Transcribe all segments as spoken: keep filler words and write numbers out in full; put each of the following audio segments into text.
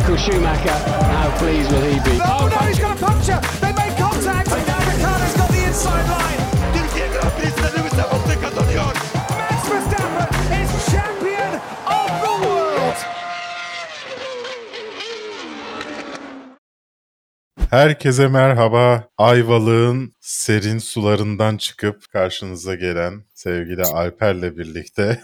Michael Schumacher, how pleased will he be? Oh no, he's got a puncture! They made contact and now Ricciardo's got the inside line! Türkiye Grand Prix'sinde Lewis Hamilton kazanıyor. Max Verstappen is champion of the world! Herkese merhaba. Ayvalık'ın serin sularından çıkıp karşınıza gelen sevgili Alper'le birlikte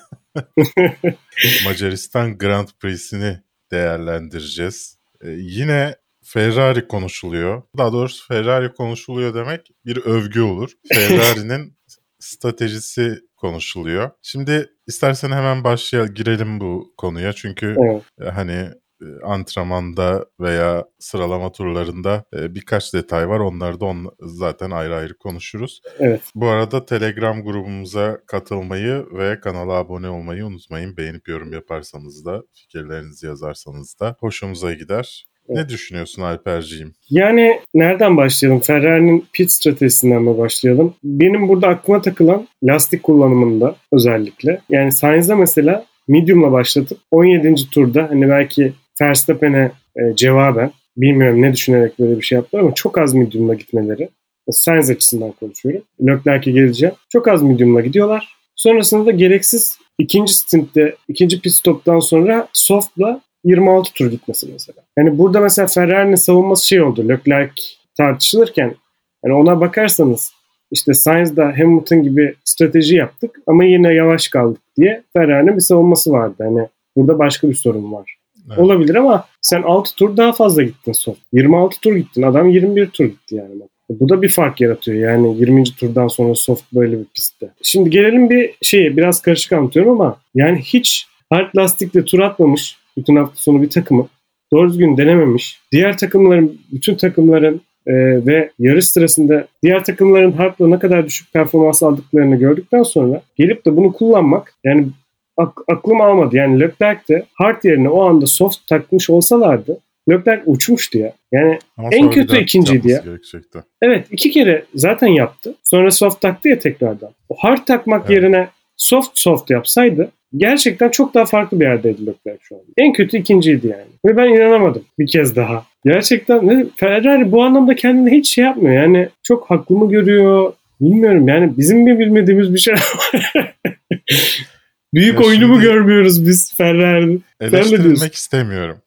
Macaristan Grand Prix'sini değerlendireceğiz. Ee, yine Ferrari konuşuluyor. Daha doğrusu Ferrari konuşuluyor demek bir övgü olur. Ferrari'nin stratejisi konuşuluyor. Şimdi istersen hemen başlayalım, girelim bu konuya. Çünkü evet. hani antrenmanda veya sıralama turlarında birkaç detay var. Onları da on, zaten ayrı ayrı konuşuruz. Evet. Bu arada Telegram grubumuza katılmayı ve kanala abone olmayı unutmayın. Beğenip yorum yaparsanız da, fikirlerinizi yazarsanız da hoşumuza gider. Evet. Ne düşünüyorsun Alperciğim? Yani nereden başlayalım? Ferrari'nin pit stratejisinden mi başlayalım? Benim burada aklıma takılan lastik kullanımında özellikle. Yani Sainz'da mesela medium'la başlatıp on yedinci turda hani belki Verstappen'e e, cevaben, bilmiyorum ne düşünerek böyle bir şey yaptılar ama çok az medium'la gitmeleri. Sainz açısından konuşuyorum. Leclerc'e geleceğim. Çok az medium'la gidiyorlar. Sonrasında da gereksiz ikinci stintte, ikinci pit stop'tan sonra soft'la yirmi altı tur gitmesi mesela. Yani burada mesela Ferrari'nin savunması şey oldu. Leclerc tartışılırken hani ona bakarsanız işte Sainz'da Hamilton gibi strateji yaptık ama yine yavaş kaldık diye Ferrari'nin bir savunması vardı. Hani burada başka bir sorun var. Evet. Olabilir ama sen altı tur daha fazla gittin son. yirmi altı tur gittin. Adam yirmi bir tur gitti yani. Bu da bir fark yaratıyor yani yirminci turdan sonra soft böyle bir pistte. Şimdi gelelim bir şeye, biraz karışık anlatıyorum ama yani hiç hard lastikle tur atmamış bütün hafta sonu bir takımı doğru düzgün denememiş. Diğer takımların, bütün takımların e, ve yarış sırasında diğer takımların hardla ne kadar düşük performans aldıklarını gördükten sonra gelip de bunu kullanmak yani Ak- aklım almadı. Yani Leclerc de hard yerine o anda soft takmış olsalardı Leclerc uçmuştu ya. Yani ama en kötü ikinciydi ya. Gerekecekti. Evet, iki kere zaten yaptı. Sonra soft taktı ya tekrardan. O hard takmak evet. yerine soft soft yapsaydı gerçekten çok daha farklı bir yerdeydi Leclerc şu an. En kötü ikinciydi yani. Ve ben inanamadım bir kez daha. Gerçekten Ferrari bu anlamda kendine hiç şey yapmıyor. Yani çok haklı mı görüyor? Bilmiyorum yani bizim mi bilmediğimiz bir şey var. Büyük ya oyunu mu görmüyoruz biz Ferrari'nin? Eleştirilmek istemiyorum.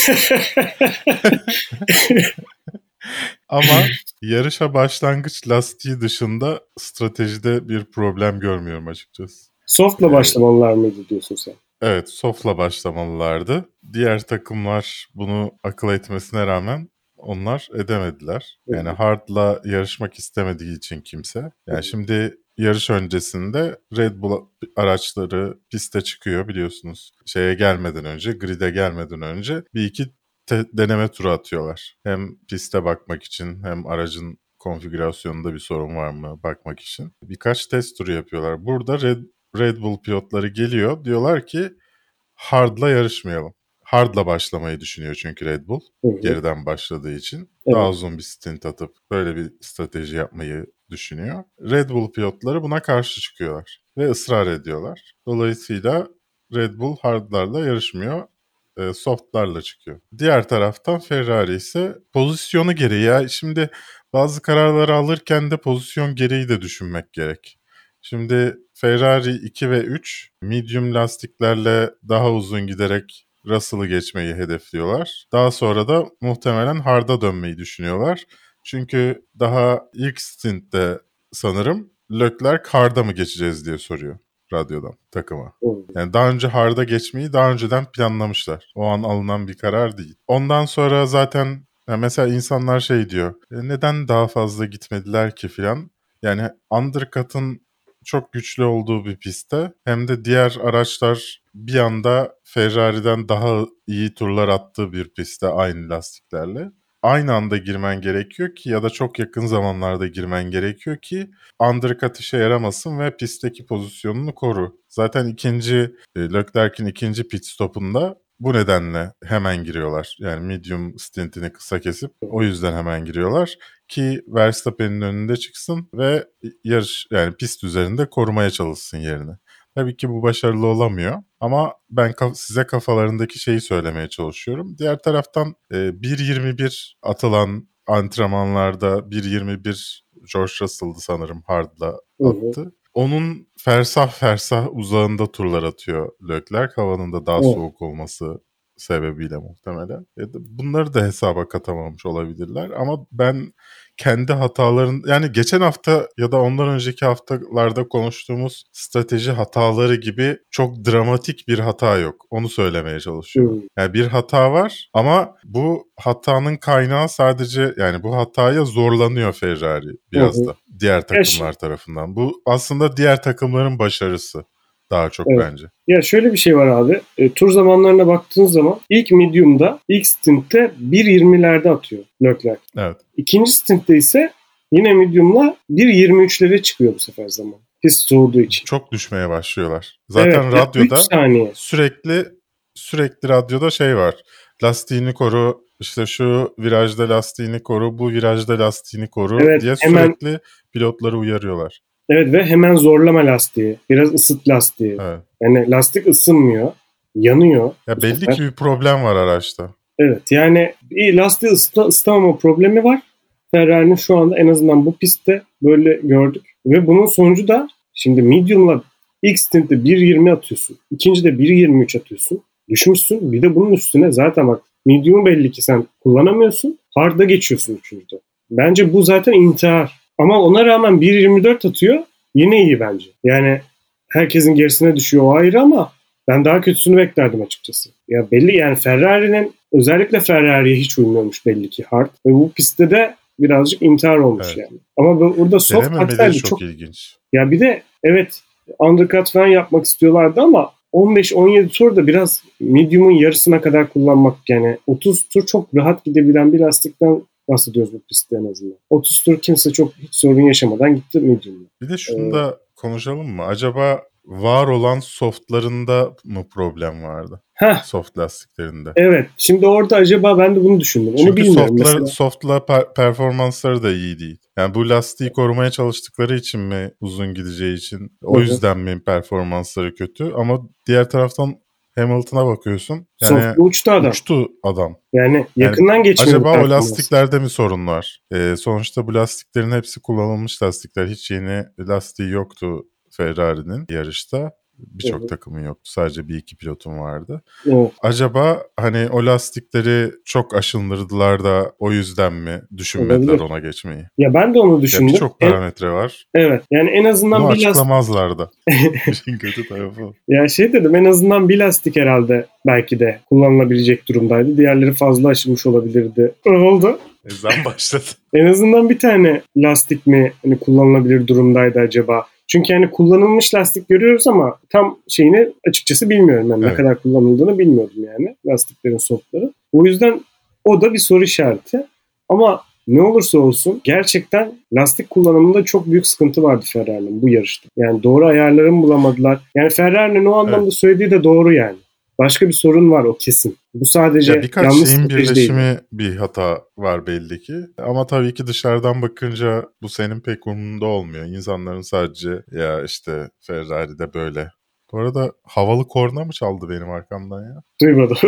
Ama yarışa başlangıç lastiği dışında stratejide bir problem görmüyorum açıkçası. Soft'la başlamalılar mıydı diyorsun sen? Evet, soft'la başlamalılardı. Diğer takımlar bunu akıl etmesine rağmen onlar edemediler. Yani hard'la yarışmak istemediği için kimse. Yani şimdi yarış öncesinde Red Bull araçları piste çıkıyor biliyorsunuz. Şeye gelmeden önce, grid'e gelmeden önce bir iki te- deneme turu atıyorlar. Hem piste bakmak için hem aracın konfigürasyonunda bir sorun var mı bakmak için. Birkaç test turu yapıyorlar. Burada Red, Red Bull pilotları geliyor. Diyorlar ki hard'la yarışmayalım. Hard'la başlamayı düşünüyor çünkü Red Bull. Hı hı. Geriden başladığı için. Evet. Daha uzun bir stint atıp böyle bir strateji yapmayı düşünüyor. Red Bull pilotları buna karşı çıkıyorlar ve ısrar ediyorlar. Dolayısıyla Red Bull hardlarla yarışmıyor, e, softlarla çıkıyor. Diğer taraftan Ferrari ise pozisyonu gereği, ya şimdi bazı kararları alırken de pozisyon gereği de düşünmek gerek. Şimdi Ferrari iki ve üç medium lastiklerle daha uzun giderek Russell'ı geçmeyi hedefliyorlar. Daha sonra da muhtemelen hard'a dönmeyi düşünüyorlar. Çünkü daha ilk stintte sanırım Leclerc hard'a mı geçeceğiz diye soruyor radyodan takıma. Yani daha önce hard'a geçmeyi daha önceden planlamışlar. O an alınan bir karar değil. Ondan sonra zaten yani mesela insanlar şey diyor. E neden daha fazla gitmediler ki filan? Yani undercut'ın çok güçlü olduğu bir pistte hem de diğer araçlar bir anda Ferrari'den daha iyi turlar attığı bir pistte aynı lastiklerle. Aynı anda girmen gerekiyor ki ya da çok yakın zamanlarda girmen gerekiyor ki undercut işe yaramasın ve pistteki pozisyonunu koru. Zaten ikinci Leclerc'in ikinci pit stopunda bu nedenle hemen giriyorlar. Yani medium stintini kısa kesip o yüzden hemen giriyorlar ki Verstappen'in önünde çıksın ve yarış yani pist üzerinde korumaya çalışsın yerini. Tabii ki bu başarılı olamıyor. Ama ben kaf- size kafalarındaki şeyi söylemeye çalışıyorum. Diğer taraftan e, bir yirmi bir atılan antrenmanlarda bir yirmi bir George Russell'dı sanırım hardla attı. Hı hı. Onun fersah fersah uzağında turlar atıyor Leclerc. Havanın da daha evet. soğuk olması sebebiyle muhtemelen. Bunları da hesaba katamamış olabilirler. Ama ben kendi hataların, yani geçen hafta ya da ondan önceki haftalarda konuştuğumuz strateji hataları gibi çok dramatik bir hata yok. Onu söylemeye çalışıyorum. Yani bir hata var ama bu hatanın kaynağı sadece, yani bu hataya zorlanıyor Ferrari biraz da diğer takımlar tarafından. Bu aslında diğer takımların başarısı daha çok evet. bence. Ya şöyle bir şey var abi. E, tur zamanlarına baktığın zaman ilk medium'da, ilk stintte bir yirmilerde atıyor Leclerc. Evet. İkinci stintte ise yine medium'la bir yirmi üçlere çıkıyor bu sefer zaman. Pist soğuduğu için. Çok düşmeye başlıyorlar. Zaten evet, radyoda sürekli sürekli radyoda şey var. Lastiğini koru, işte şu virajda lastiğini koru, bu virajda lastiğini koru evet, diye hemen... sürekli pilotları uyarıyorlar. Evet ve hemen zorlama lastiği. Biraz ısıt lastiği. Evet. Yani lastik ısınmıyor. Yanıyor. Ya belli sefer. ki bir problem var araçta. Evet yani bir lastiği ısıt, ısıtamama problemi var. Ferrari'nin şu anda en azından bu pistte böyle gördük. Ve bunun sonucu da şimdi medium'la ilk stintte bir yirmi atıyorsun. İkincide bir yirmi üç atıyorsun. Düşmüşsün. Bir de bunun üstüne zaten bak medium'u belli ki sen kullanamıyorsun. Hard'a geçiyorsun üçüncüde. Bence bu zaten intihar. Ama ona rağmen bir yirmi dört atıyor. Yine iyi bence. Yani herkesin gerisine düşüyor o ayrı ama ben daha kötüsünü beklerdim açıkçası. Ya belli yani Ferrari'nin özellikle Ferrari'ye hiç uymuyormuş belli ki hard. Ve bu pistte de birazcık intihar olmuş evet. yani. Ama burada soft atsaydı çok, çok ilginç. Ya bir de evet undercut falan yapmak istiyorlardı ama on beş on yedi tur da biraz medium'un yarısına kadar kullanmak yani otuz tur çok rahat gidebilen bir lastikten bahsediyoruz bu pistte en azından. otuz tur kimse çok hiç sorun yaşamadan gitti medium'da. Bir de şunu ee, da konuşalım mı? Acaba var olan softlarında mı problem vardı? Heh. Soft lastiklerinde. Evet. Şimdi orada acaba ben de bunu düşündüm. Onu Çünkü bilmiyorum softlar, mesela. softla per- performansları da iyi değil. Yani bu lastiği korumaya çalıştıkları için mi uzun gideceği için? O Hı-hı. yüzden mi performansları kötü? Ama diğer taraftan Hamilton'a bakıyorsun. Yani Soft'lu uçtu adam. Uçtu adam. Yani yakından yani geçmiyor. Acaba o lastiklerde mi sorun var? Ee, sonuçta bu lastiklerin hepsi kullanılmış lastikler. Hiç yeni lastiği yoktu Ferrari'nin yarışta. Birçok evet. takımın yoktu. Sadece bir iki pilotun vardı. Evet. Acaba hani o lastikleri çok aşındırdılar da o yüzden mi düşünmediler Olabilir. ona geçmeyi? Ya ben de onu düşündüm. Birçok parametre var. Evet. Yani en azından Bunu bir lastik... açıklamazlar da. İşin kötü tarafı. Ya şey dedim en azından bir lastik herhalde belki de kullanılabilecek durumdaydı. Diğerleri fazla aşınmış olabilirdi. Oldu. Ezan başladı. En azından bir tane lastik mi hani kullanılabilir durumdaydı acaba? Çünkü yani kullanılmış lastik görüyoruz ama tam şeyini açıkçası bilmiyorum. Yani evet. ne kadar kullanıldığını bilmiyordum yani lastiklerin softları. O yüzden o da bir soru işareti. Ama ne olursa olsun gerçekten lastik kullanımında çok büyük sıkıntı vardı Ferrari'nin bu yarışta. Yani doğru ayarları mı bulamadılar? Yani Ferrari'nin o anlamda evet. söylediği de doğru yani. Başka bir sorun var o kesin. Bu sadece ya birkaç şeyin birleşimi değil. Bir hata var belli ki. Ama tabii ki dışarıdan bakınca bu senin pek umurunda olmuyor. İnsanların sadece ya işte Ferrari'de böyle. Bu arada havalı korna mı çaldı benim arkamdan ya? Duymadım.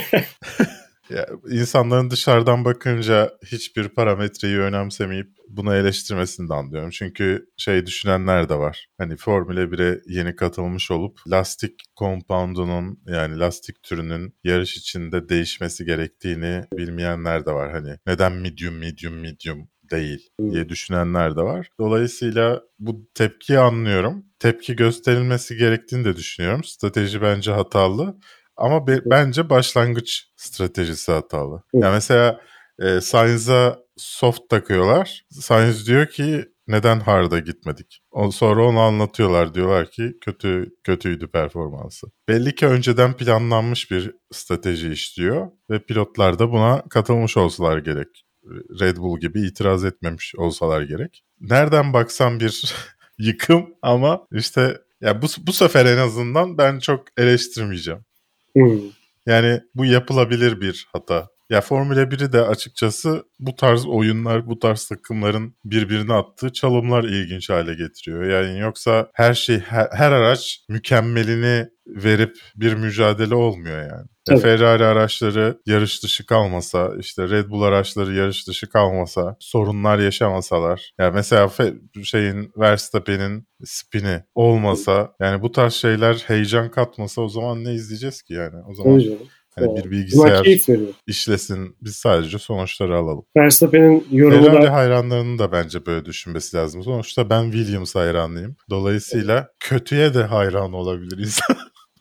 Ya, insanların dışarıdan bakınca hiçbir parametreyi önemsemeyip bunu eleştirmesini de anlıyorum. Çünkü şey düşünenler de var. Hani Formula bire yeni katılmış olup lastik compound'unun yani lastik türünün yarış içinde değişmesi gerektiğini bilmeyenler de var. Hani neden medium medium medium değil diye düşünenler de var. Dolayısıyla bu tepkiyi anlıyorum. Tepki gösterilmesi gerektiğini de düşünüyorum. Strateji bence hatalı. Ama be, bence başlangıç stratejisi hatalı. Hı. Yani mesela e, Sainz'a soft takıyorlar. Sainz diyor ki neden hard'a gitmedik? O, sonra onu anlatıyorlar. Diyorlar ki kötü kötüydü performansı. Belli ki önceden planlanmış bir strateji işliyor. Ve pilotlar da buna katılmış olsalar gerek. Red Bull gibi itiraz etmemiş olsalar gerek. Nereden baksan bir yıkım ama işte ya bu, bu sefer en azından ben çok eleştirmeyeceğim. Hmm. Yani bu yapılabilir bir hata. Ya Formula biri de açıkçası bu tarz oyunlar, bu tarz takımların birbirine attığı çalımlar ilginç hale getiriyor. Yani yoksa her şey, her, her araç mükemmelini verip bir mücadele olmuyor yani. Ya Ferrari araçları yarış dışı kalmasa, işte Red Bull araçları yarış dışı kalmasa, sorunlar yaşamasalar. Ya mesela fe- şeyin Verstappen'in spini olmasa, yani bu tarz şeyler heyecan katmasa o zaman ne izleyeceğiz ki yani? O zaman yani bir bilgisayar işlesin, biz sadece sonuçları alalım. Verstappen'in yorumu Ferrari da... hayranlarının da bence böyle düşünmesi lazım. Sonuçta ben Williams hayranıyım. Dolayısıyla kötüye de hayran olabilir insan.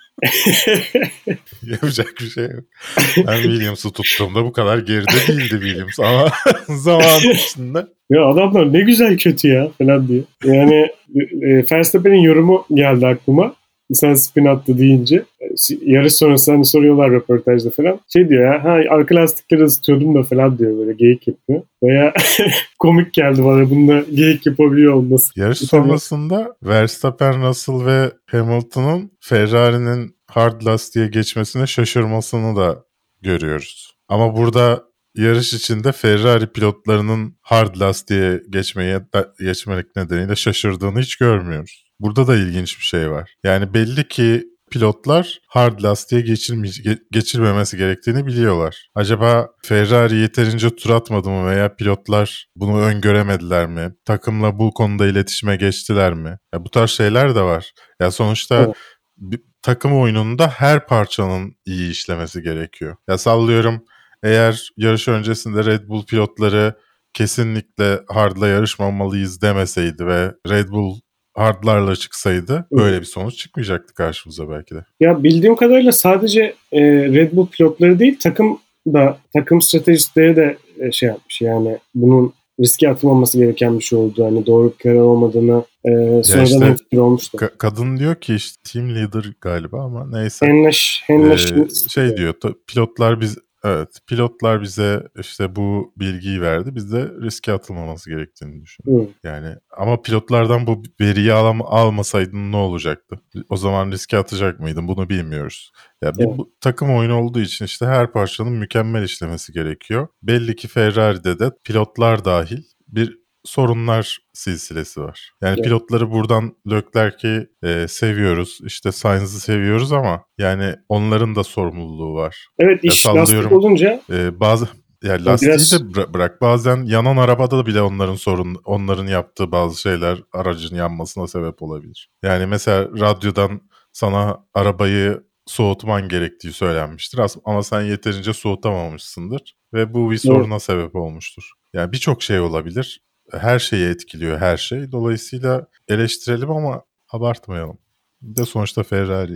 Yapacak bir şey yok. Ben Williams'ı tuttuğumda bu kadar geride değildi Williams ama zaman içinde. Ya adamlar ne güzel kötü ya falan diye. Yani e, Verstappen'in yorumu geldi aklıma. Sen spin attı deyince. Yarış sonrası hani soruyorlar röportajda falan. Şey diyor ya, ha arka lastikleri ısıtıyordum da falan diyor, böyle geyik yapıyor. Veya komik geldi bana bunda geyik yapabiliyor olması. Yarış sonrasında Verstappen, Russell ve Hamilton'ın Ferrari'nin hard lastiğe geçmesine şaşırmasını da görüyoruz. Ama burada yarış içinde Ferrari pilotlarının hard lastiğe geçmeye geçmemek nedeniyle şaşırdığını hiç görmüyoruz. Burada da ilginç bir şey var. Yani belli ki pilotlar hard lastiğe geçirmeye, geçirmemesi gerektiğini biliyorlar. Acaba Ferrari yeterince tur atmadı mı veya pilotlar bunu öngöremediler mi? Takımla bu konuda iletişime geçtiler mi? Ya bu tarz şeyler de var. Ya sonuçta evet. bir takım oyununda her parçanın iyi işlemesi gerekiyor. Ya sallıyorum, eğer yarış öncesinde Red Bull pilotları kesinlikle hardla yarışmamalıyız demeseydi ve Red Bull hardlarla çıksaydı böyle bir sonuç çıkmayacaktı karşımıza belki de. Ya bildiğim kadarıyla sadece e, Red Bull pilotları değil, takım da, takım stratejistleri de e, şey yapmış. Yani bunun riske atılmaması gereken bir şey oldu. Hani doğru karar olmadığını e, sonradan fikir olmuştu. Ka- kadın diyor ki işte team leader galiba ama neyse. Henleş, henleş. Ee, şey diyor, pilotlar biz Evet, pilotlar bize işte bu bilgiyi verdi. Biz de riske atılmaması gerektiğini düşünüyoruz. Hmm. Yani ama pilotlardan bu veriyi al- almasaydın ne olacaktı? O zaman riske atacak mıydın? Bunu bilmiyoruz. Ya bir, bu takım oyunu olduğu için işte her parçanın mükemmel işlemesi gerekiyor. Belli ki Ferrari'de de pilotlar dahil bir sorunlar silsilesi var. Yani evet. Pilotları buradan Leclerc'i e, seviyoruz. İşte Sainz'ı seviyoruz ama yani onların da sorumluluğu var. Evet, iş ya lastik olunca e, bazı yani lastiği biraz... de bıra- bırak. Bazen yanan arabada bile onların sorun onların yaptığı bazı şeyler aracın yanmasına sebep olabilir. Yani mesela radyodan sana arabayı soğutman gerektiği söylenmiştir ama sen yeterince soğutamamışsındır ve bu bir soruna evet. sebep olmuştur. Yani birçok şey olabilir. Her şeyi etkiliyor, her şey. Dolayısıyla eleştirelim ama abartmayalım. Bir de sonuçta Ferrari.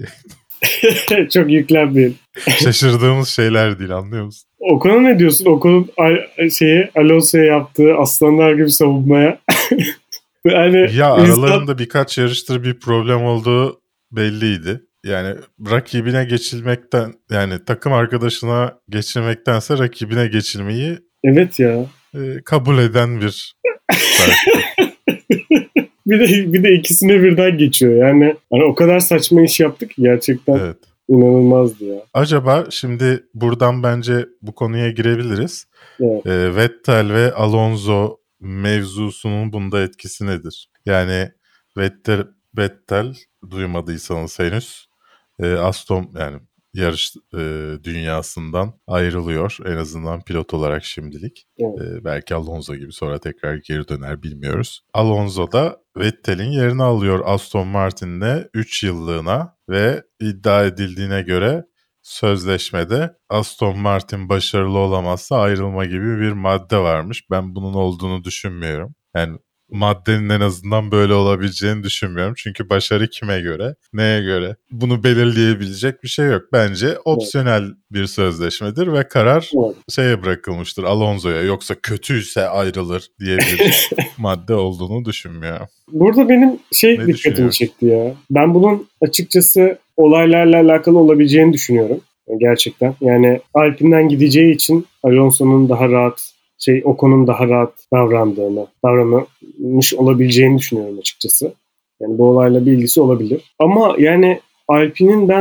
Çok yüklenmeyin. Şaşırdığımız şeyler değil, anlıyor musun? Ocon'a ne diyorsun? Ocon'un şeye, Alonso'ya yaptığı aslanlar gibi savunmaya. Yani ya aralarında insan... birkaç yarıştır bir problem olduğu belliydi. Yani rakibine geçilmekten, yani takım arkadaşına geçilmektense rakibine geçilmeyi evet ya. E, kabul eden bir bir de bir de ikisine birden geçiyor. Yani hani o kadar saçma iş yaptık ki gerçekten evet. İnanılmazdı ya. Acaba şimdi buradan bence bu konuya girebiliriz. Evet. E, Vettel ve Alonso mevzusunun bunda etkisi nedir? Yani Vettel, Vettel duymadıysanız henüz e, Aston yani yarış e, dünyasından ayrılıyor. En azından pilot olarak şimdilik. Evet. E, belki Alonso gibi sonra tekrar geri döner, bilmiyoruz. Alonso da Vettel'in yerini alıyor Aston Martin'le üç yıllığına ve iddia edildiğine göre sözleşmede Aston Martin başarılı olamazsa ayrılma gibi bir madde varmış. Ben bunun olduğunu düşünmüyorum. Yani maddenin en azından böyle olabileceğini düşünmüyorum. Çünkü başarı kime göre, neye göre? Bunu belirleyebilecek bir şey yok. Bence opsiyonel evet. bir sözleşmedir ve karar evet. şeye bırakılmıştır, Alonso'ya. Yoksa kötüyse ayrılır diye bir madde olduğunu düşünmüyorum. Burada benim şey ne dikkatimi çekti ya. Ben bunun açıkçası olaylarla alakalı olabileceğini düşünüyorum. Gerçekten. Yani Alpine'den gideceği için Alonso'nun daha rahat şey Ocon'un daha rahat davrandığını, davranmış olabileceğini düşünüyorum açıkçası. Yani bu olayla bir ilgisi olabilir. Ama yani Alpine'in ben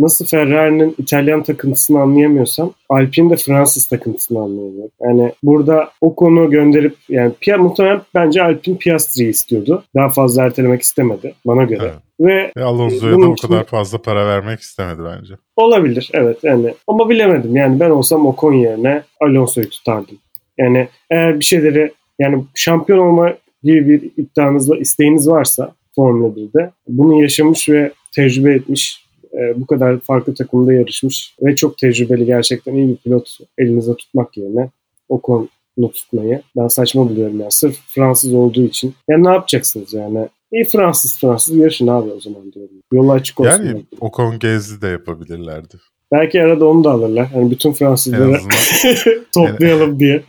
nasıl Ferrari'nin İtalyan takıntısını anlayamıyorsam Alpine'in de Fransız takıntısını anlayamıyorum. Yani burada o konu gönderip yani Pia, muhtemelen bence Alpine Piastri'yi istiyordu. Daha fazla ertelemek istemedi bana göre. Evet. Ve Ve Alonso'ya da o kadar fazla para vermek istemedi bence. Olabilir evet yani ama bilemedim yani ben olsam Ocon yerine Alonso'yu tutardım. Yani eğer bir şeyleri yani şampiyon olma gibi bir iddianızla isteğiniz varsa Formula birde bunu yaşamış ve tecrübe etmiş e, bu kadar farklı takımda yarışmış ve çok tecrübeli gerçekten iyi bir pilot elinize tutmak yerine Ocon'u tutmayı ben saçma buluyorum yani sırf Fransız olduğu için. Yani ne yapacaksınız yani? İyi Fransız Fransız yarışın abi o zaman diyorum. Yolu açık olsun. Yani yani. Ocon gezdi de yapabilirlerdi. Belki arada onu da alırlar. Yani bütün Fransızları toplayalım en, diye.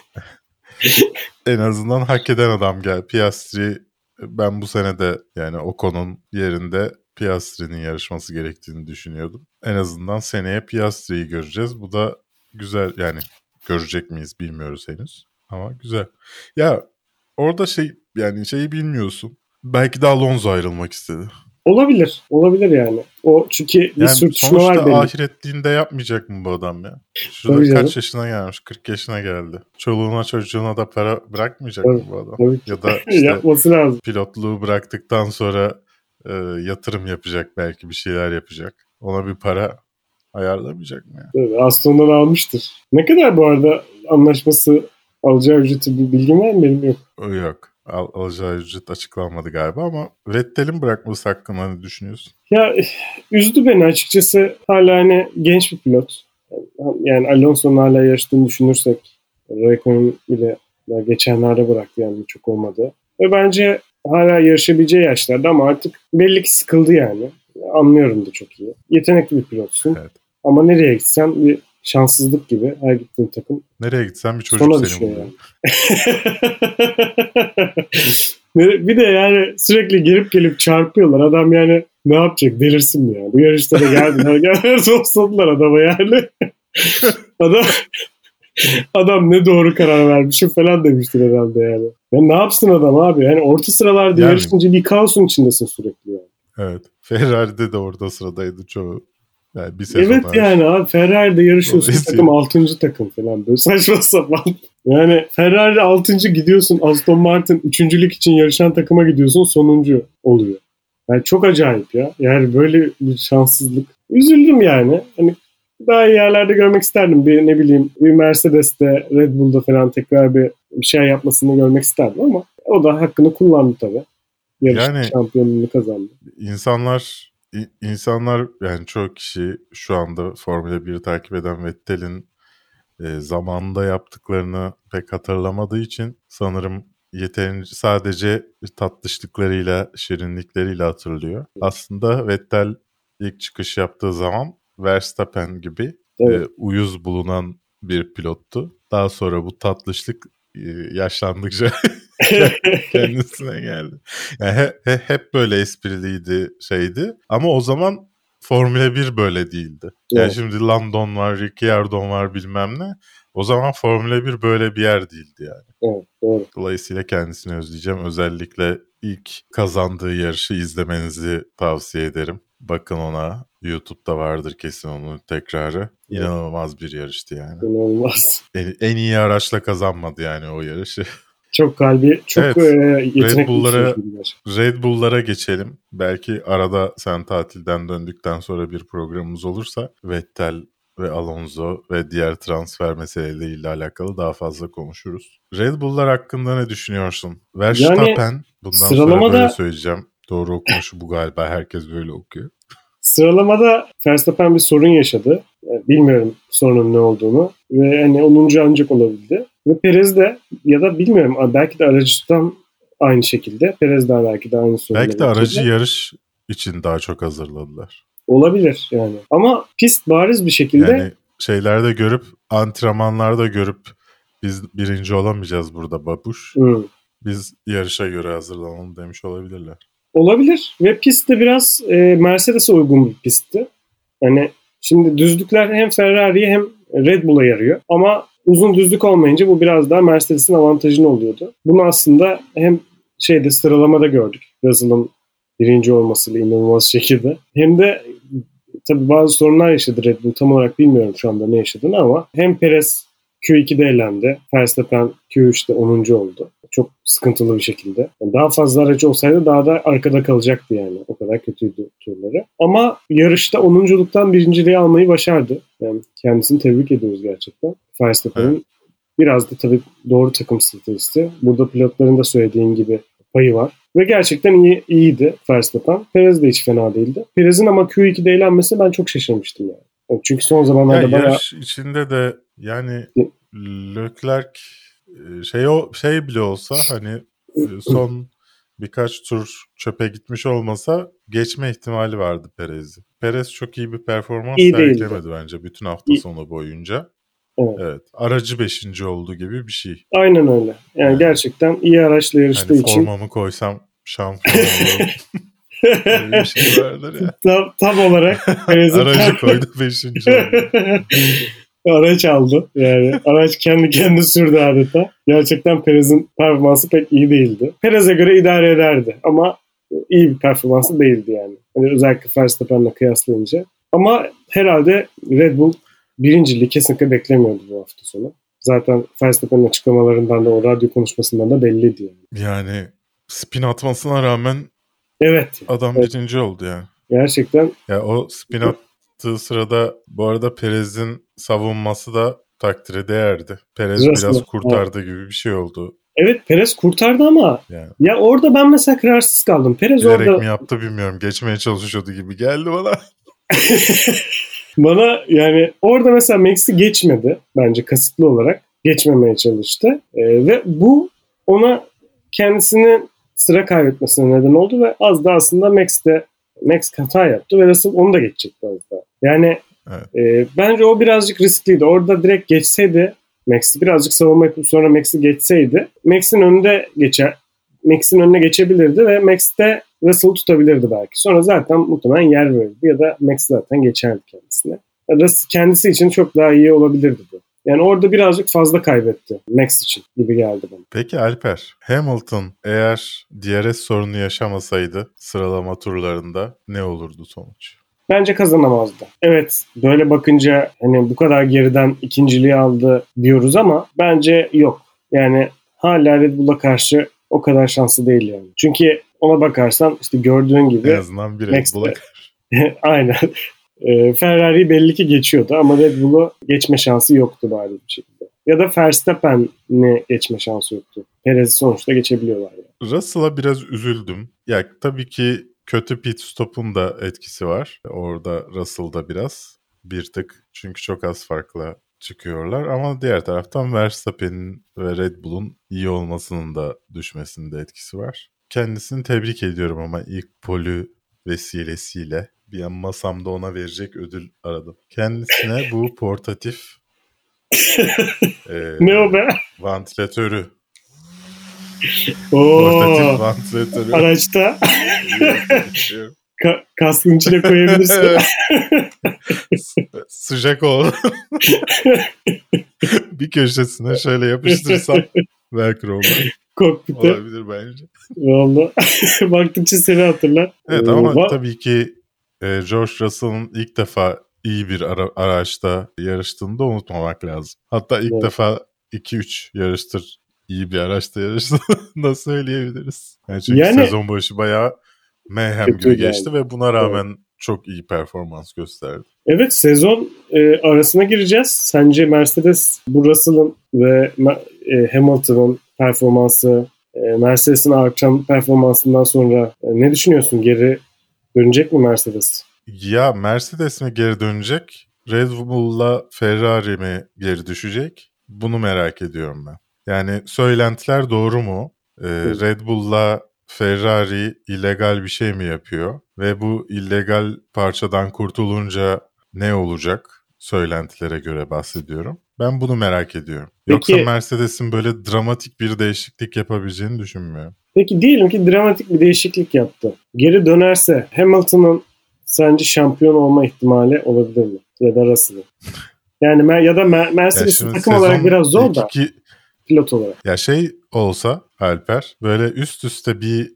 En azından hak eden adam gel. Piastri ben bu sene de yani Ocon'un yerinde Piastri'nin yarışması gerektiğini düşünüyordum. En azından seneye Piastri'yi göreceğiz. Bu da güzel yani görecek miyiz bilmiyoruz henüz. Ama güzel. Ya orada şey yani şeyi bilmiyorsun. Belki de Alonso ayrılmak istedi. Olabilir. Olabilir yani. O çünkü bir yani sürtüşme var sonuçta benim. ahiretliğinde yapmayacak mı bu adam ya? Şurada Tabii kaç canım. yaşına gelmiş? kırk yaşına geldi. Çoluğuna çocuğuna da para bırakmayacak Tabii, mı bu adam? tabii. Ya da işte yapması lazım. pilotluğu bıraktıktan sonra e, yatırım yapacak belki bir şeyler yapacak. Ona bir para ayarlamayacak mı ya? Tabii, Aston'dan almıştır. Ne kadar bu arada anlaşması alacağı ücreti bir bilgin var mı? Benim yok. O yok. Al, alacağı ücret açıklanmadı galiba ama Vettel'in bırakması hakkında ne düşünüyorsun? Ya üzdü beni açıkçası. Hala hani genç bir pilot. Yani Alonso'nun hala yarıştığını düşünürsek Raikkonen ile geçenlerde bıraktı yani çok olmadı. Ve bence hala yarışabileceği yaşlarda ama artık belli ki sıkıldı yani. Anlıyorum da çok iyi. Yetenekli bir pilotsun. Evet. Ama nereye gitsen bir şanssızlık gibi her gittiğin takım. Nereye gitsen bir çocuk Sona seni buluyor. Yani. Bir de yani sürekli gelip gelip çarpıyorlar. Adam yani ne yapacak? Delirsin mi ya? Bu yarışta da geldiler. Geldiler tosladılar adama yani. Adam adam ne doğru karar vermişim falan demiştir herhalde yani. Ya ne yapsın adam abi? Yani orta sıralarda yani, yarışınca bir kaosun içindesin sürekli yani. Evet. Ferrari'de de orta sıradaydı çoğu. Yani bir sezon evet hariç. yani abi Ferrari'de yarışıyorsun takım altıncı takım falan böyle saçma sapan. Yani Ferrari altıncı gidiyorsun Aston Martin üçüncülük için yarışan takıma gidiyorsun sonuncu oluyor. Yani çok acayip ya. Yani böyle bir şanssızlık. Üzüldüm yani. Hani daha iyi yerlerde görmek isterdim. Bir ne bileyim bir Mercedes'te Red Bull'da falan tekrar bir, bir şey yapmasını görmek isterdim ama o da hakkını kullandı tabii. Yarış yani, şampiyonluğunu kazandı. İnsanlar insanlar yani çoğu kişi şu anda Formula biri takip eden Vettel'in e, zamanında yaptıklarını pek hatırlamadığı için sanırım yeterince sadece tatlışlıklarıyla, şirinlikleriyle hatırlıyor. Aslında Vettel ilk çıkış yaptığı zaman Verstappen gibi evet. e, uyuz bulunan bir pilottu. Daha sonra bu tatlışlık e, yaşlandıkça kendisine geldi. Yani he, he, hep böyle espriliydi şeydi. Ama o zaman Formula bir böyle değildi. Yani evet. Şimdi Landon var, Ricciardo var bilmem ne. O zaman Formula bir böyle bir yer değildi yani. Evet, doğru. Dolayısıyla kendisini özleyeceğim. Özellikle ilk kazandığı yarışı izlemenizi tavsiye ederim. Bakın ona. YouTube'da vardır kesin onun tekrarı. İnanılmaz bir yarıştı yani. İnanılmaz. En, en iyi araçla kazanmadı yani o yarışı. Çok kalbi, çok evet, yetenekli Red Bull'lara, bir Red Bull'lara geçelim. Belki arada sen tatilden döndükten sonra bir programımız olursa Vettel ve Alonso ve diğer transfer meseleleriyle alakalı daha fazla konuşuruz. Red Bull'lar hakkında ne düşünüyorsun? Verstappen, yani, bundan sıralamada, sonra böyle söyleyeceğim. Doğru okunuşu bu galiba. Herkes böyle okuyor. Sıralamada Verstappen bir sorun yaşadı. Bilmiyorum sorunun ne olduğunu. Ve hani onuncu ancak olabildi. Ve Perez de ya da bilmiyorum belki de aracıdan aynı şekilde. Perez de belki de aynı sorun. Belki de aracı getirdi. Yarış için daha çok hazırladılar. Olabilir yani. Ama pist bariz bir şekilde. Yani şeylerde görüp, antrenmanlarda görüp biz birinci olamayacağız burada babuş. Hmm. Biz yarışa göre hazırlanalım demiş olabilirler. Olabilir ve pist de biraz e, Mercedes'e uygun bir pistti. Yani şimdi düzlükler hem Ferrari'ye hem Red Bull'a yarıyor. Ama uzun düzlük olmayınca bu biraz daha Mercedes'in avantajını oluyordu. Bunu aslında hem şeyde sıralamada gördük. Russell'ın birinci olmasıyla inanılmaz şekilde. Hem de tabii bazı sorunlar yaşadı Red Bull. Tam olarak bilmiyorum şu anda ne yaşadığını ama hem Perez Q ikide elendi. Verstappen Q üçte onuncu oldu. Çok sıkıntılı bir şekilde. Yani daha fazla aracı olsaydı daha da arkada kalacaktı yani. O kadar kötüydü turları. Ama yarışta onunculuktan birinciliği almayı başardı. Yani kendisini tebrik ediyoruz gerçekten. Verstappen'in evet. Biraz da tabii doğru takım stratejisi. Burada pilotların da söylediğin gibi payı var. Ve gerçekten iyi, iyiydi Verstappen. Perez de hiç fena değildi. Perez'in ama Q ikide eğlenmesi ben çok şaşırmıştım yani. Yani çünkü son zamanlarda ya bayağı... Yarış içinde de yani Leclerc şey o şey bile olsa hani son birkaç tur çöpe gitmiş olmasa geçme ihtimali vardı Perez'i. Perez çok iyi bir performans iyi sergilemedi değildi. Bence bütün hafta iyi. Sonu boyunca. Evet. evet. Aracı beşinci olduğu gibi bir şey. Aynen öyle. Yani, yani gerçekten iyi araçla yarıştığı hani için. Formamı koysam şampiyon olurum. Böyle bir şey vardır ya. Tam, tam olarak Perez'in aracı koydu beşinci oldu. Araç aldı. Yani araç kendi kendine sürdü adeta. Gerçekten Perez'in performansı pek iyi değildi. Perez'e göre idare ederdi ama iyi bir performansı değildi yani. yani özellikle Verstappen'le kıyaslayınca. Ama herhalde Red Bull birinciliği kesinlikle beklemiyordu bu hafta sonu. Zaten Verstappen'in açıklamalarından da o radyo konuşmasından da belliydi yani. Yani spin atmasına rağmen evet. adam evet. birinci oldu yani. Gerçekten. Ya o spin attığı sırada bu arada Perez'in savunması da takdire değerdi. Perez Resmen. Biraz kurtardı evet. gibi bir şey oldu. Evet Perez kurtardı ama yani. Ya orada ben mesela kararsız kaldım. Perez bilerek orada... mi yaptı bilmiyorum. Geçmeye çalışıyordu gibi geldi bana. Bana yani orada mesela Max'i geçmedi bence kasıtlı olarak. Geçmemeye çalıştı. Ee, ve bu ona kendisini sıra kaybetmesine neden oldu ve az da aslında Max de Max hata yaptı ve Russell onu da geçecekti az daha. Yani evet. e, bence o birazcık riskliydi. Orada direkt geçseydi Max'i birazcık savunma yapıp sonra Max'i geçseydi Max'in önünde geçer. Max'in önüne geçebilirdi ve Max de Russell'ı tutabilirdi belki. Sonra zaten muhtemelen yer verirdi ya da Max zaten geçerdi kendisine. Russell kendisi için çok daha iyi olabilirdi bu. Yani orada birazcık fazla kaybetti Max için gibi geldi bana. Peki Alper, Hamilton eğer D R S sorunu yaşamasaydı sıralama turlarında ne olurdu sonuç? Bence kazanamazdı. Evet, böyle bakınca hani bu kadar geriden ikinciliği aldı diyoruz ama bence yok. Yani hala Red Bull'a karşı o kadar şanslı değil yani. Çünkü ona bakarsan işte gördüğün gibi en azından bir Red Bull'a karşı. Aynen. Ferrari belli ki geçiyordu ama Red Bull'u geçme şansı yoktu bari bir şekilde. Ya da Verstappen'i geçme şansı yoktu. Perez'i sonuçta geçebiliyorlar yani. Russell'a biraz üzüldüm. Ya tabii ki kötü pit stop'un da etkisi var. Orada Russell'da biraz bir tık çünkü çok az farkla çıkıyorlar ama diğer taraftan Verstappen'in ve Red Bull'un iyi olmasının da düşmesinin de etkisi var. Kendisini tebrik ediyorum ama ilk polü vesilesiyle bir an masamda ona verecek ödül aradım. Kendisine bu portatif e, ne o be? Vantilatörü. Oo, portatif vantilatörü. Araçta. Ka- kaskın içine koyabilirsin. Sıcak oldu. Bir köşesine şöyle yapıştırsam Velcro'lar. Kokpite. Olabilir bence. Valla. Baktıkça seni hatırlar. Evet ama Va- tabii ki e, George Russell'ın ilk defa iyi bir ara- araçta yarıştığını da unutmamak lazım. Hatta ilk evet. defa iki üç yarıştır iyi bir araçta yarıştığını da söyleyebiliriz. Yani çünkü yani, sezon başı bayağı mayhem gibi geçti yani. Ve buna rağmen evet. çok iyi performans gösterdi. Evet sezon e, arasına gireceğiz. Sence Mercedes bu Russell'ın ve e, Hamilton'ın performansı, e, Mercedes'in artan performansından sonra e, ne düşünüyorsun? Geri dönecek mi Mercedes? Ya Mercedes mi geri dönecek? Red Bull'la Ferrari mi geri düşecek? Bunu merak ediyorum ben. Yani söylentiler doğru mu? Ee, Red Bull'la Ferrari illegal bir şey mi yapıyor? Ve bu illegal parçadan kurtulunca ne olacak? Söylentilere göre bahsediyorum. Ben bunu merak ediyorum. Peki, yoksa Mercedes'in böyle dramatik bir değişiklik yapabileceğini düşünmüyorum. Peki diyelim ki dramatik bir değişiklik yaptı. Geri dönerse Hamilton'ın sence şampiyon olma ihtimali olabilir mi? Ya da Russell'ın? Yani ya da Mercedes'in ya takım olarak biraz zor da iki, pilot olarak. Ya şey olsa Alper böyle üst üste bir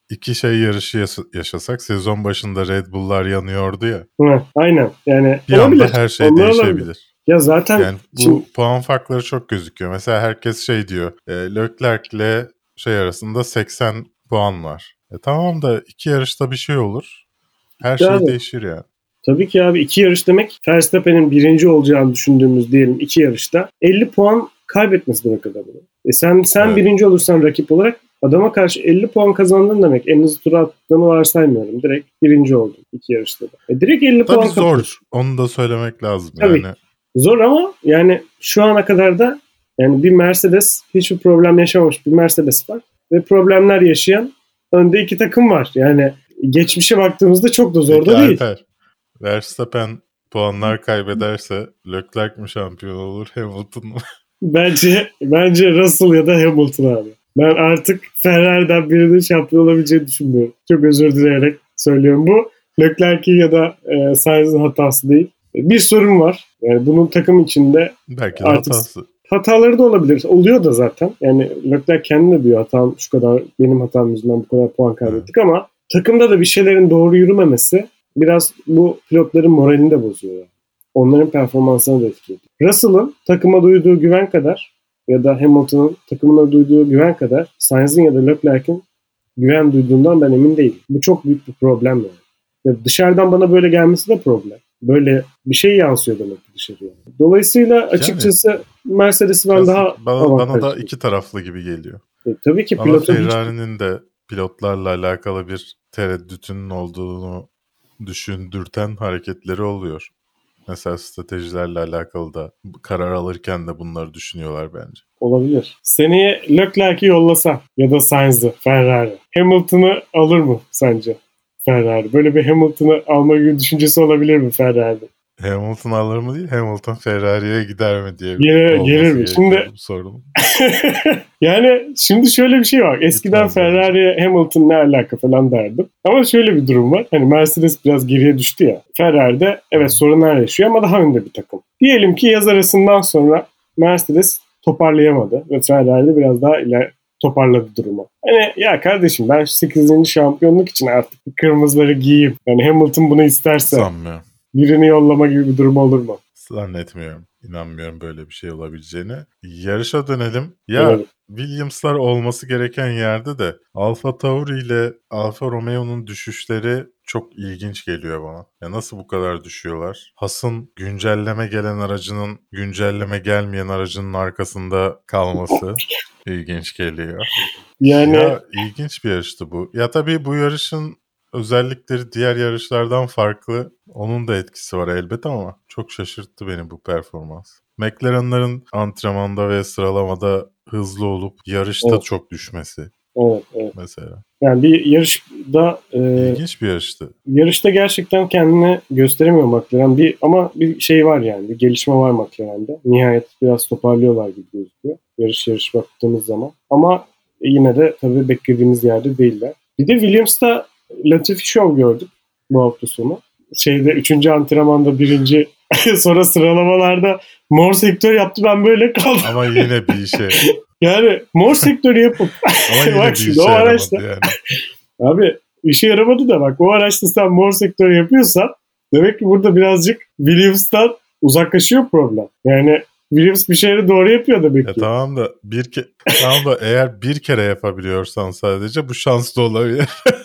iki şey yarışı yas- yaşasak sezon başında Red Bull'lar yanıyordu ya. Hı, aynen. Yani bir olabilir. anda her şey Onlar değişebilir. olabilir. Ya zaten yani bu şimdi... puan farkları çok gözüküyor. Mesela herkes şey diyor. E, Leclerc'le şey arasında seksen puan var. E, tamam da iki yarışta bir şey olur. Her şey abi, değişir yani. Tabii ki abi iki yarış demek Verstappen'in birinci olacağını düşündüğümüz diyelim iki yarışta elli puan kaybetmesi demek adamın. E sen sen evet. birinci olursan rakip olarak adama karşı elli puan kazandın demek. En hızlı tura attığını varsaymıyorum. Direkt birinci oldun iki yarışta da. E direkt elli Tabii puan zor. kapıyorsun. Onu da söylemek lazım. Tabii. Yani. Zor ama yani şu ana kadar da yani bir Mercedes hiçbir problem yaşamamış bir Mercedes var. Ve problemler yaşayan önde iki takım var. Yani geçmişe baktığımızda çok da zor Peki, da değil. Alper, Verstappen puanlar kaybederse Leclerc mi şampiyon olur, Hamilton mı? Bence bence Russell ya da Hamilton abi. Ben artık Ferrari'den birinin şampiyon olabileceğini düşünmüyorum. Çok özür dileyerek söylüyorum. Bu Leclerc'in ya da e, Sainz'in hatası değil. Bir sorun var. Yani bunun takım içinde belki de artık hatası. Hataları da olabilir. Oluyor da zaten. Yani Leclerc kendi de diyor hatam şu kadar, benim hatam yüzünden bu kadar puan kaybettik evet. Ama takımda da bir şeylerin doğru yürümemesi biraz bu pilotların moralini de bozuyor. Yani. Onların performansını da etkiliyor. Russell'ın takıma duyduğu güven kadar ya da Hamilton'ın takımına duyduğu güven kadar Sainz'in ya da Leclerc'in güven duyduğundan ben emin değilim. Bu çok büyük bir problem yani. Ya dışarıdan bana böyle gelmesi de problem. Böyle bir şey yansıyor demek ki dışarıya. Dolayısıyla açıkçası yani, Mercedes'i ben daha bana, bana da iki taraflı gibi geliyor. E, tabii ki bana Ferrari'nin hiç... de pilotlarla alakalı bir tereddütünün olduğunu düşündürten hareketleri oluyor. Mesela stratejilerle alakalı da karar alırken de bunları düşünüyorlar bence. Olabilir. Seneye Leclerc'i yollasa ya da Sainz'ı Ferrari. Hamilton'ı alır mı sence Ferrari? Böyle bir Hamilton'ı alma gibi düşüncesi olabilir mi Ferrari? Hamilton alır mı değil, Hamilton Ferrari'ye gider mi diye Gelir, gelir mi? Şimdi sorun. yani şimdi şöyle bir şey var. Eskiden Gitmez Ferrari'ye yani. Hamilton ne alaka falan derdim. Ama şöyle bir durum var. Hani Mercedes biraz geriye düştü ya. Ferrari'de evet sorunlar yaşıyor ama daha önde bir takım. Diyelim ki yaz arasından sonra Mercedes toparlayamadı ve Ferrari'de biraz daha iler toparladı durumu. Hani ya kardeşim ben sekizinci şampiyonluk için artık kırmızıları giyeyim. Yani Hamilton bunu isterse sanmıyorum. Birini yollama gibi bir durum olur mu? Zannetmiyorum. İnanmıyorum böyle bir şey olabileceğine. Yarışa dönelim. Ya evet. Williams'lar olması gereken yerde de Alfa Tauri ile Alfa Romeo'nun düşüşleri çok ilginç geliyor bana. Ya nasıl bu kadar düşüyorlar? Haas'ın güncelleme gelen aracının güncelleme gelmeyen aracının arkasında kalması ilginç geliyor. Yani ya ilginç bir yarıştı bu. Ya tabii bu yarışın özellikleri diğer yarışlardan farklı. Onun da etkisi var elbet ama çok şaşırttı beni bu performans. McLaren'ların antrenmanda ve sıralamada hızlı olup yarışta evet. çok düşmesi. Evet, evet. Mesela. Yani bir yarışta e, ilginç bir yarıştı. Yarışta gerçekten kendini gösteremiyor McLaren. Bir ama bir şey var yani. Bir gelişme var McLaren'de. Nihayet biraz toparlıyorlar gibi gözüküyor. Yarış yarış baktığımız zaman. Ama yine de tabii beklediğimiz yerde değiller. Bir de Williams'ta Latifi Show gördük bu hafta sonu. Şeyde üçüncü antrenmanda birinci sonra sıralamalarda mor sektör yaptı, ben böyle kaldım. Ama yine bir şey. Yani mor sektörü yapıp ama yine bak bir şimdi, işe o yaramadı araçta, yani. Abi işe yaramadı da bak o araçta sen mor sektörü yapıyorsan demek ki burada birazcık Williams'tan uzaklaşıyor problem. Yani Williams bir şeyleri doğru yapıyor demek ki. Ya tamam da bir ke tamam da eğer bir kere yapabiliyorsan sadece bu şans da olabilir.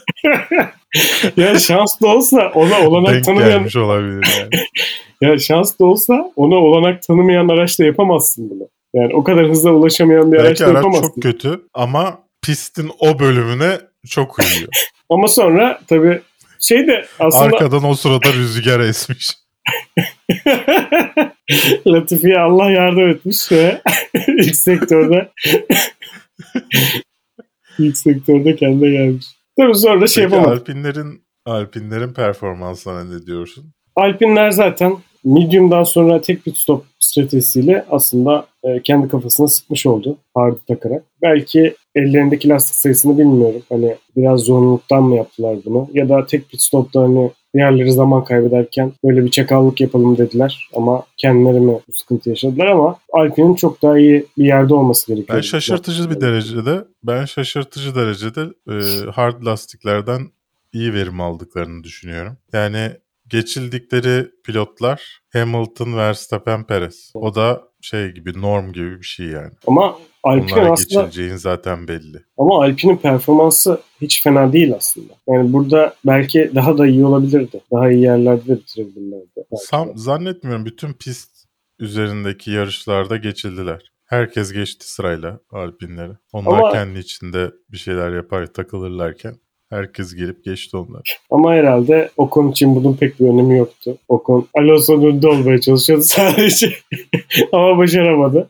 Ya şans da olsa ona olanak denk tanımayan gelmiş olabilir yani. Ya şans da olsa ona olanak tanımayan araçla yapamazsın bunu. Yani o kadar hızla ulaşamayan bir araçla araç yapamazsın. Belki araç çok kötü ama pistin o bölümüne çok uyuyor. Ama sonra tabii şey de aslında... Arkadan o sırada rüzgar esmiş. Latifi'ye Allah yardım etmiş ve ilk sektörde ilk sektörde kendine gelmiş. Tabii sonra da şey yapamadı. Alpinlerin, Alpinlerin performansına ne diyorsun? Alpinler zaten medium'dan sonra tek pit stop stratejisiyle aslında e, kendi kafasına sıkmış oldu. Hard'ı takarak. Belki ellerindeki lastik sayısını bilmiyorum. Hani biraz zorunluluktan mı yaptılar bunu? Ya da tek pit stopta hani diğerleri zaman kaybederken böyle bir çakallık yapalım dediler. Ama kendileri mi bu sıkıntı yaşadılar ama Alpine'in çok daha iyi bir yerde olması gerekiyor. Ben şaşırtıcı bir derecede ben şaşırtıcı derecede e, hard lastiklerden iyi verim aldıklarını düşünüyorum. Yani geçildikleri pilotlar Hamilton, Verstappen, Perez. O da şey gibi, norm gibi bir şey yani. Ama Alpine Onlara aslında geçileceğin zaten belli. ama Alpine'in performansı hiç fena değil aslında. Yani burada belki daha da iyi olabilirdi. Daha iyi yerlerde de bitirebilirlerdi. Sam, zannetmiyorum bütün pist üzerindeki yarışlarda geçildiler. Herkes geçti sırayla Alpinleri. Onlar Ama- kendi içinde bir şeyler yapar takılırlarken herkes gelip geçti onlar. Ama herhalde Ocon için bunun pek bir önemi yoktu. Ocon Alonso'nun önünde olmaya çalışıyordu sadece. Ama başaramadı.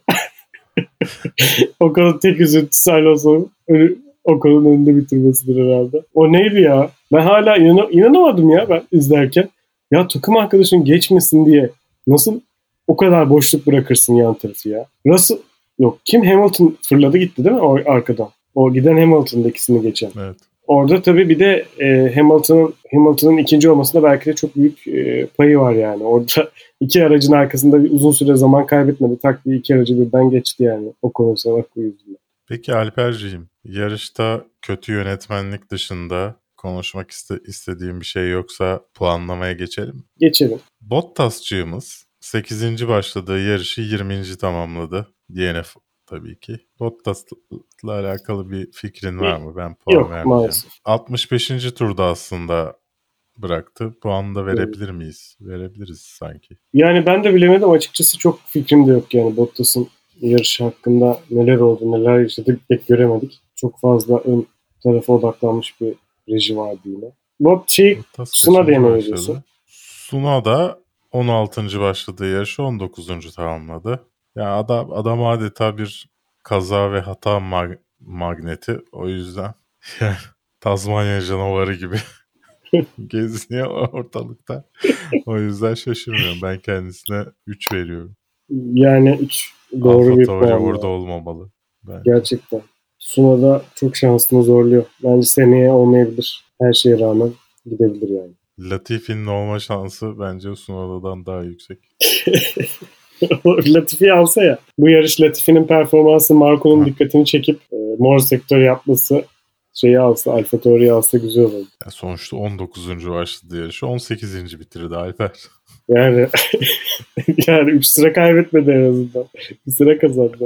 Ocon'un tek üzüntüsü Alonso'nun önü, Ocon'un önünde bitirmesidir herhalde. O neydi ya? Ben hala inan- inanamadım ya ben izlerken. Ya takım arkadaşın geçmesin diye nasıl o kadar boşluk bırakırsın yan tarafı ya? Russell yok. Kim? Hamilton fırladı gitti değil mi o arkadan? O giden Hamilton'da ikisini geçen. Evet. Orada tabii bir de e, Hamilton'ın Hamilton'ın ikinci olmasında belki de çok büyük e, payı var yani. Orada iki aracın arkasında bir uzun süre zaman kaybetmedi. Tak diye iki aracı birden geçti yani. O konusuna bak bu yüzden. Peki Alperciğim, yarışta kötü yönetmenlik dışında konuşmak iste- istediğim bir şey yoksa puanlamaya geçelim. Geçelim. Bottas'cığımız sekizinci başladığı yarışı yirminci tamamladı. D N F tabii ki. Bottas'la alakalı bir fikrin var mı? Ben puan Yok, vermeyeceğim. maalesef. altmış beşinci turda aslında bıraktı. Puan da verebilir miyiz? Verebiliriz sanki. Yani ben de bilemedim açıkçası, çok fikrim de yok yani Bottas'ın yarışı hakkında neler oldu, neler yaşadık pek göremedik. Çok fazla ön tarafa odaklanmış bir reji vardı yine. Bot şey, Bottas Tsunoda kaçıncı ne başladı? diyorsun? Tsunoda on altıncı başladığı yarışı on dokuzuncu tamamladı. Ya adam, adam adeta bir kaza ve hata mag- magneti. O yüzden yani Tazmanya canavarı gibi geziniyor ortalıkta. O yüzden şaşırmıyorum. Ben kendisine üç veriyorum. Yani üç doğru Alfa bir Tauri puan. orada yani. olmamalı. Bence. Gerçekten. Tsunoda çok şansını zorluyor. Bence seneye olmayabilir. Her şeye rağmen gidebilir yani. Latifi'nin olma şansı bence Tsunoda'dan daha yüksek. Latifi alsa ya. Bu yarış Latifi'nin performansı Marco'nun Ha. dikkatini çekip e, mor sektör yapması, şeyi alsa, Alfa Tauri'yi alsa güzel olur. Yani sonuçta on dokuzuncu başladı yarışı. on sekizinci bitirdi Alper. Yani yani üç sıra kaybetmedi en azından. Bir sıra kazandı.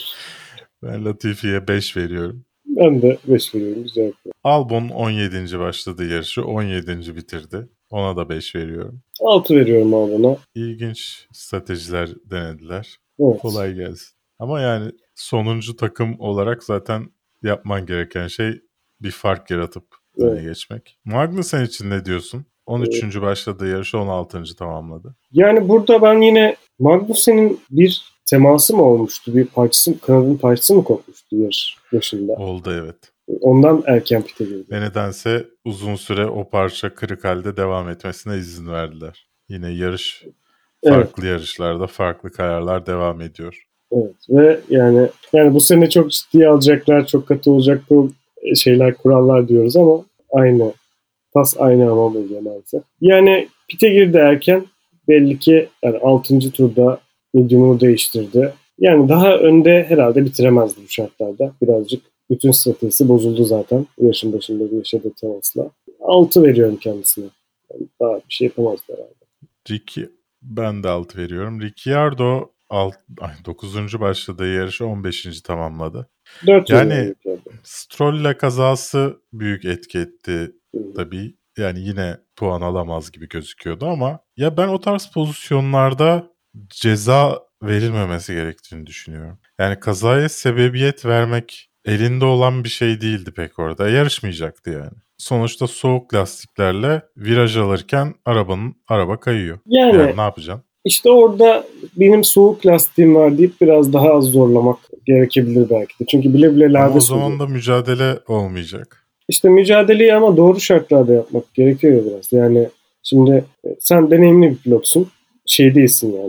Ben Latifi'ye beş veriyorum. Ben de beş veriyorum. Güzel. Albon on yedinci başladı yarışı. on yedinci bitirdi. Ona da beş veriyorum. altı veriyorum abi ona. İlginç stratejiler denediler. Evet. Kolay gelsin. Ama yani sonuncu takım olarak zaten yapman gereken şey bir fark yaratıp öne Evet. geçmek. Magnussen için ne diyorsun? on üçüncü başladığı yarışı on altıncı tamamladı. Yani burada ben yine Magnussen'in bir teması mı olmuştu? Bir parçası, kanadın parçası mı kopmuştu yarış başında? Oldu evet. Ondan erken pite girdi. Ve nedense uzun süre o parça kırık halde devam etmesine izin verdiler. Yine yarış farklı yarışlarda farklı kararlar devam ediyor. Evet ve yani yani bu sene çok ciddiye alacaklar, çok katı olacak bu şeyler, kurallar diyoruz ama aynı tas aynı ama oluyor maalesef. Yani pite girdi erken, belli ki yani altıncı turda medium'unu değiştirdi. Yani daha önde herhalde bitiremezdi bu şartlarda. Birazcık bütün stratejisi bozuldu zaten. Yarışın başında bir yaşadığı temasla. altı veriyorum kendisine. Yani daha bir şey yapamazdı herhalde. Ricky, ben de altı veriyorum. Ricciardo dokuzuncu başladığı yarışı on beşinci tamamladı. dört Yani veriyorum. Stroll'le kazası büyük etki etti Hı. tabii. Yani yine puan alamaz gibi gözüküyordu ama ya ben o tarz pozisyonlarda ceza verilmemesi gerektiğini düşünüyorum. Yani kazaya sebebiyet vermek elinde olan bir şey değildi pek orada. Yarışmayacaktı yani. Sonuçta soğuk lastiklerle viraj alırken arabanın araba kayıyor. Yani, Yani ne yapacaksın? İşte orada benim soğuk lastiğim var deyip biraz daha az zorlamak gerekebilir belki de. Çünkü bile bile Ama lades o zaman oluyor. da mücadele olmayacak. İşte mücadeleyi ama doğru şartlarda yapmak gerekiyor biraz. Yani şimdi sen deneyimli bir pilotsun. Şey değilsin yani.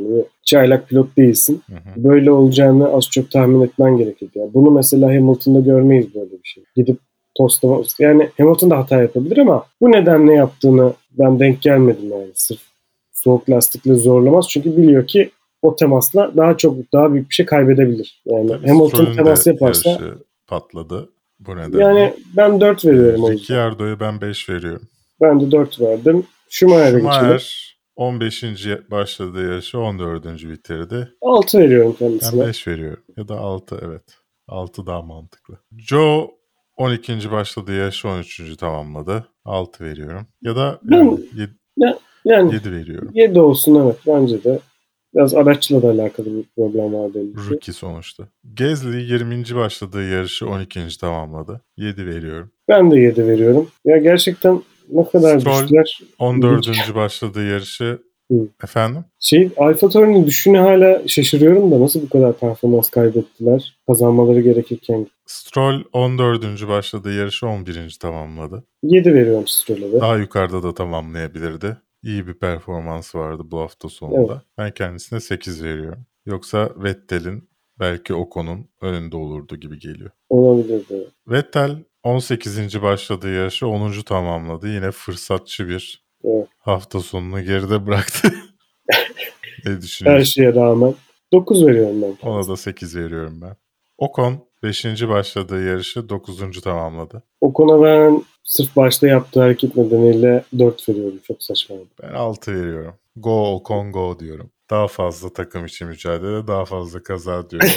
çaylak pilot değilsin. Hı hı. Böyle olacağını az çok tahmin etmen gerekir. Yani bunu mesela Hamilton'da görmeyiz böyle bir şey. Gidip tostlama, yani Hamilton da hata yapabilir ama bu nedenle yaptığını ben denk gelmedim yani. Sırf soğuk lastikle zorlamaz. Çünkü biliyor ki o temasla daha çok daha büyük bir şey kaybedebilir. Yani Tabii Hamilton Stroll'ün temas de yaparsa yarışı patladı bu nedenle. yani ben dört veriyorum o yüzden. Ricciardo'ya ben beş veriyorum. Ben de dört verdim. Schumacher'e geçelim. Schumacher on beşinci başladığı yarışı on dördüncü bitirdi. altı veriyorum kendisine. Ben beş veriyorum. Ya da altı, evet. altı daha mantıklı. Joe on ikinci başladığı yarışı on üçüncü tamamladı. altı veriyorum. Ya da yani yedi, ya, yani yedi veriyorum. yedi olsun, evet, bence de. Biraz araçla da alakalı bir problem var belli ki. Rookie sonuçta. Gasly yirminci başladığı yarışı on ikinci tamamladı. yedi veriyorum. Ben de yedi veriyorum. Ya gerçekten ne kadar Stroll düştüler. on dördüncü başladığı yarışı Hı. efendim? Şey, Alfa Tauri'nin düşünü hala şaşırıyorum da nasıl bu kadar performans kaybettiler kazanmaları gerekirken. Stroll on dördüncü başladığı yarışı on birinci tamamladı. yedi veriyorum Stroll'e de. Daha yukarıda da tamamlayabilirdi. İyi bir performans vardı bu hafta sonunda. Evet. Ben kendisine sekiz veriyorum. Yoksa Vettel'in belki Ocon'un önünde olurdu gibi geliyor. Olabilirdi. Vettel on sekizinci başladığı yarışı onuncu tamamladı. Yine fırsatçı bir Evet. hafta sonunu geride bıraktı. Ne Her düşünüyorsun? şeye rağmen dokuz veriyorum ben. Ona da sekiz veriyorum ben. Ocon beşinci başladığı yarışı dokuzuncu tamamladı. Ocon'a ben sırf başta yaptığı hareket nedeniyle dört veriyorum. Çok saçma. Ben altı veriyorum. Go Ocon go diyorum. Daha fazla takım içi mücadele, daha fazla kaza diyorum.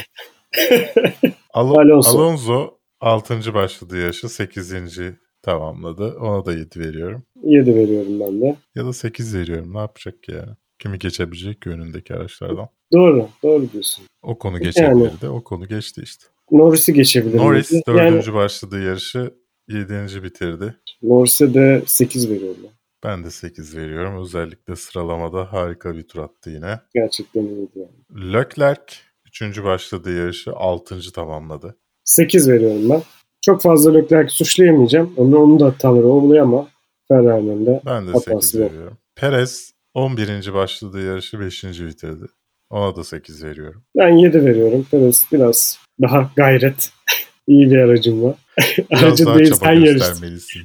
Al- Alonso. Alonso altıncı başladığı yarışı sekizinci tamamladı. Ona da yedi veriyorum. yedi veriyorum ben de. Ya da sekiz veriyorum. Ne yapacak ki yani? Kimi geçebilecek ki önündeki araçlardan? Doğru. Doğru diyorsun. O konu geçebilirdi. O konu geçti işte. Norris'i geçebilir. Norris miydi? dördüncü Yani başladığı yarışı yedinci bitirdi. Norris'e de sekiz veriyorum ben. Ben de sekiz veriyorum. Özellikle sıralamada harika bir tur attı yine. Gerçekten iyiydi yani. Leclerc üçüncü başladığı yarışı altıncı tamamladı. sekiz veriyorum ben. Çok fazla Leclerc'i suçlayamayacağım. Onun, onun da hataları oluyor ama Ferrari'nin de Ben de hatası sekiz yok. veriyorum. Perez on birinci başladığı yarışı beşinci bitirdi. Ona da sekiz veriyorum. Ben yedi veriyorum. Perez biraz daha gayret. İyi bir aracım var. Biraz Aracın daha değil, çaba sen yarış. göstermelisin.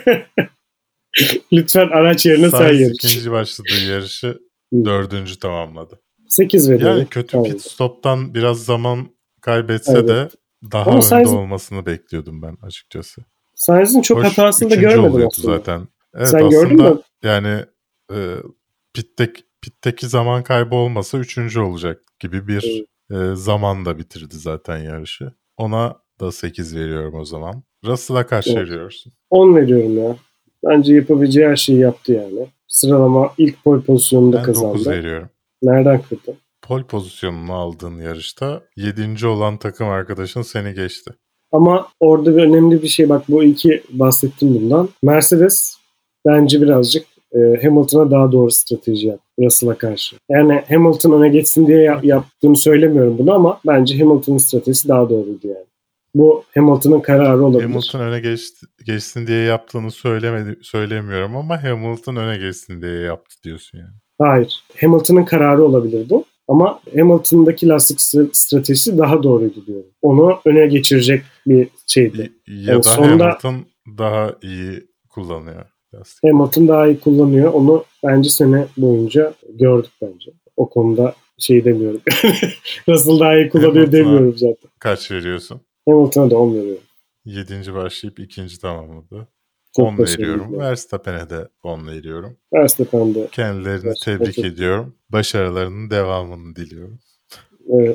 Lütfen araç yerine sen Sainz yarış. ikinci başladığı yarışı Hı. dördüncü tamamladı. sekiz veriyorum. Yani kötü Tamam. pit stop'tan biraz zaman kaybetse Evet. de daha Ama önde Sainz- olmasını bekliyordum ben açıkçası. Sainz'in çok Hoş, hatasını da üçüncü görmedim oluyordu aslında. zaten. Evet, Sen aslında gördün mü? yani e, pittek, pitteki zaman kaybı olmasa üçüncü olacak gibi bir e, zamanda bitirdi zaten yarışı. Ona da sekiz veriyorum o zaman. Russell'a kaç Evet. veriyorsun? on veriyorum ya. Bence yapabileceği her şeyi yaptı yani. Sıralama ilk pole pozisyonunda Ben dokuz kazandı. veriyorum. Nereden kırdı? Pole pozisyonunu aldığın yarışta yedinci olan takım arkadaşın seni geçti. Ama orada bir önemli bir şey, bak bu iki bahsettim bundan. Mercedes bence birazcık e, Hamilton'a daha doğru strateji yaptı Russell'a karşı. Yani Hamilton öne geçsin diye yap- yaptığını söylemiyorum bunu ama bence Hamilton'ın stratejisi daha doğruydu yani. Bu Hamilton'ın kararı olabilir. Hamilton öne geçti, geçsin diye yaptığını söylemedi, söylemiyorum ama Hamilton öne geçsin diye yaptı diyorsun yani. Hayır. Hamilton'ın kararı olabilir bu. Ama Hamilton'daki lastik stratejisi daha doğruydu diyorum. Onu öne geçirecek bir şeydi. Ya Yani da sonda- Hamilton daha iyi kullanıyor lastik. Hamilton daha iyi kullanıyor. Onu bence sene boyunca gördük bence. O konuda şey demiyorum. Russell daha iyi kullanıyor Hamilton'a- demiyorum zaten. Kaç veriyorsun? Hamilton'a da on veriyorum. Yedinci başlayıp ikinci tamamladı. Çok on başarılı. veriyorum. Verstappen'e de on veriyorum. Verstappen de. Kendilerini Verstappen tebrik çok- ediyorum. Başarılarının devamını diliyorum. Evet.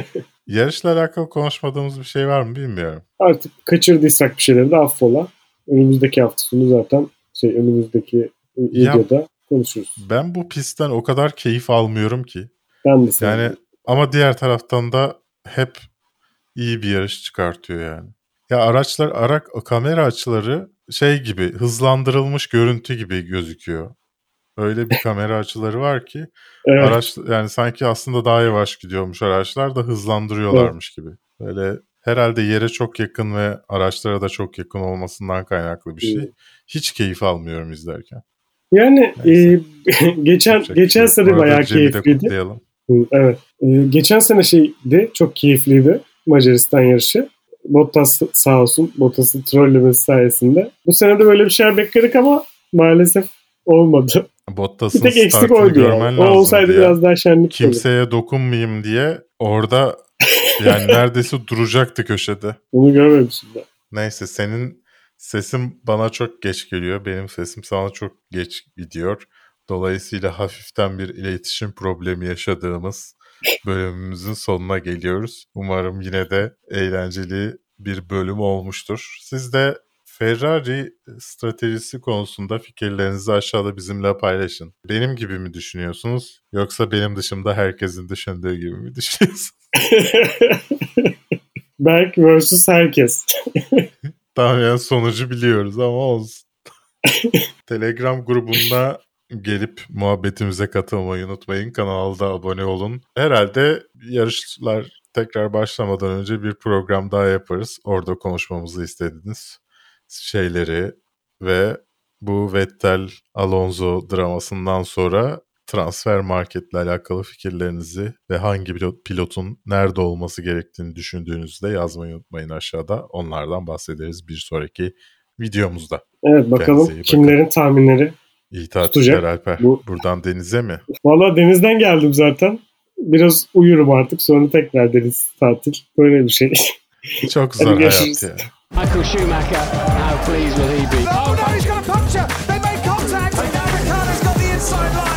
Yarışla alakalı konuşmadığımız bir şey var mı bilmiyorum. Artık kaçırdıysak bir şeyleri de affola. Önümüzdeki hafta sonu zaten şey önümüzdeki videoda konuşuruz. Ben bu pistten o kadar keyif almıyorum ki. Ben de sevdim. Yani ama diğer taraftan da hep iyi bir yarış çıkartıyor yani. Ya araçlar, ara, kamera açıları şey gibi, hızlandırılmış görüntü gibi gözüküyor. Öyle bir kamera açıları var ki Evet. araç yani sanki aslında daha yavaş gidiyormuş araçlar da hızlandırıyorlarmış gibi. Böyle herhalde yere çok yakın ve araçlara da çok yakın olmasından kaynaklı bir şey. Evet. Hiç keyif almıyorum izlerken. Yani Neyse. e, geçen Yapacak bir geçen şey yok. sene Bu arada bayağı Cem'i de keyifliydi. kutlayalım. Evet. Ee, geçen sene şeydi, çok keyifliydi Macaristan yarışı. Bottas sağ olsun, Bottas'ın trollemesi sayesinde. Bu sene de böyle bir şeyler bekledik ama maalesef olmadı. Bottas'ın bir tek eksik startını oydu görmen yani. lazım O olsaydı diye. biraz daha şenlik Kimseye olur. Dokunmayayım diye orada yani neredeyse duracaktı köşede. Bunu görmemişim ben. Neyse, senin sesin bana çok geç geliyor. Benim sesim sana çok geç gidiyor. Dolayısıyla hafiften bir iletişim problemi yaşadığımız bölümümüzün sonuna geliyoruz. Umarım yine de eğlenceli bir bölüm olmuştur. Siz de Ferrari stratejisi konusunda fikirlerinizi aşağıda bizimle paylaşın. Benim gibi mi düşünüyorsunuz? Yoksa benim dışımda herkesin düşündüğü gibi mi düşünüyorsunuz? Berk versus herkes. Tamam, yani sonucu biliyoruz ama olsun. Telegram grubunda gelip muhabbetimize katılmayı unutmayın. Kanala da abone olun. Herhalde yarışlar tekrar başlamadan önce bir program daha yaparız. Orada konuşmamızı istediğiniz şeyleri ve bu Vettel-Alonso dramasından sonra transfer marketle alakalı fikirlerinizi ve hangi pilotun nerede olması gerektiğini düşündüğünüzü de yazmayı unutmayın aşağıda. Onlardan bahsederiz bir sonraki videomuzda. Evet, bakalım kimlerin tahminleri İyi tatiller Alper. Bu... Buradan denize mi? Valla denizden geldim zaten. Biraz uyurum artık, sonra tekrar deniz tatil. Böyle bir şey. Çok zor hayat ya. Michael Schumacher, how pleased will he be? Oh no, he's got a puncture. They made contact. And now Ricciardo's got the inside line.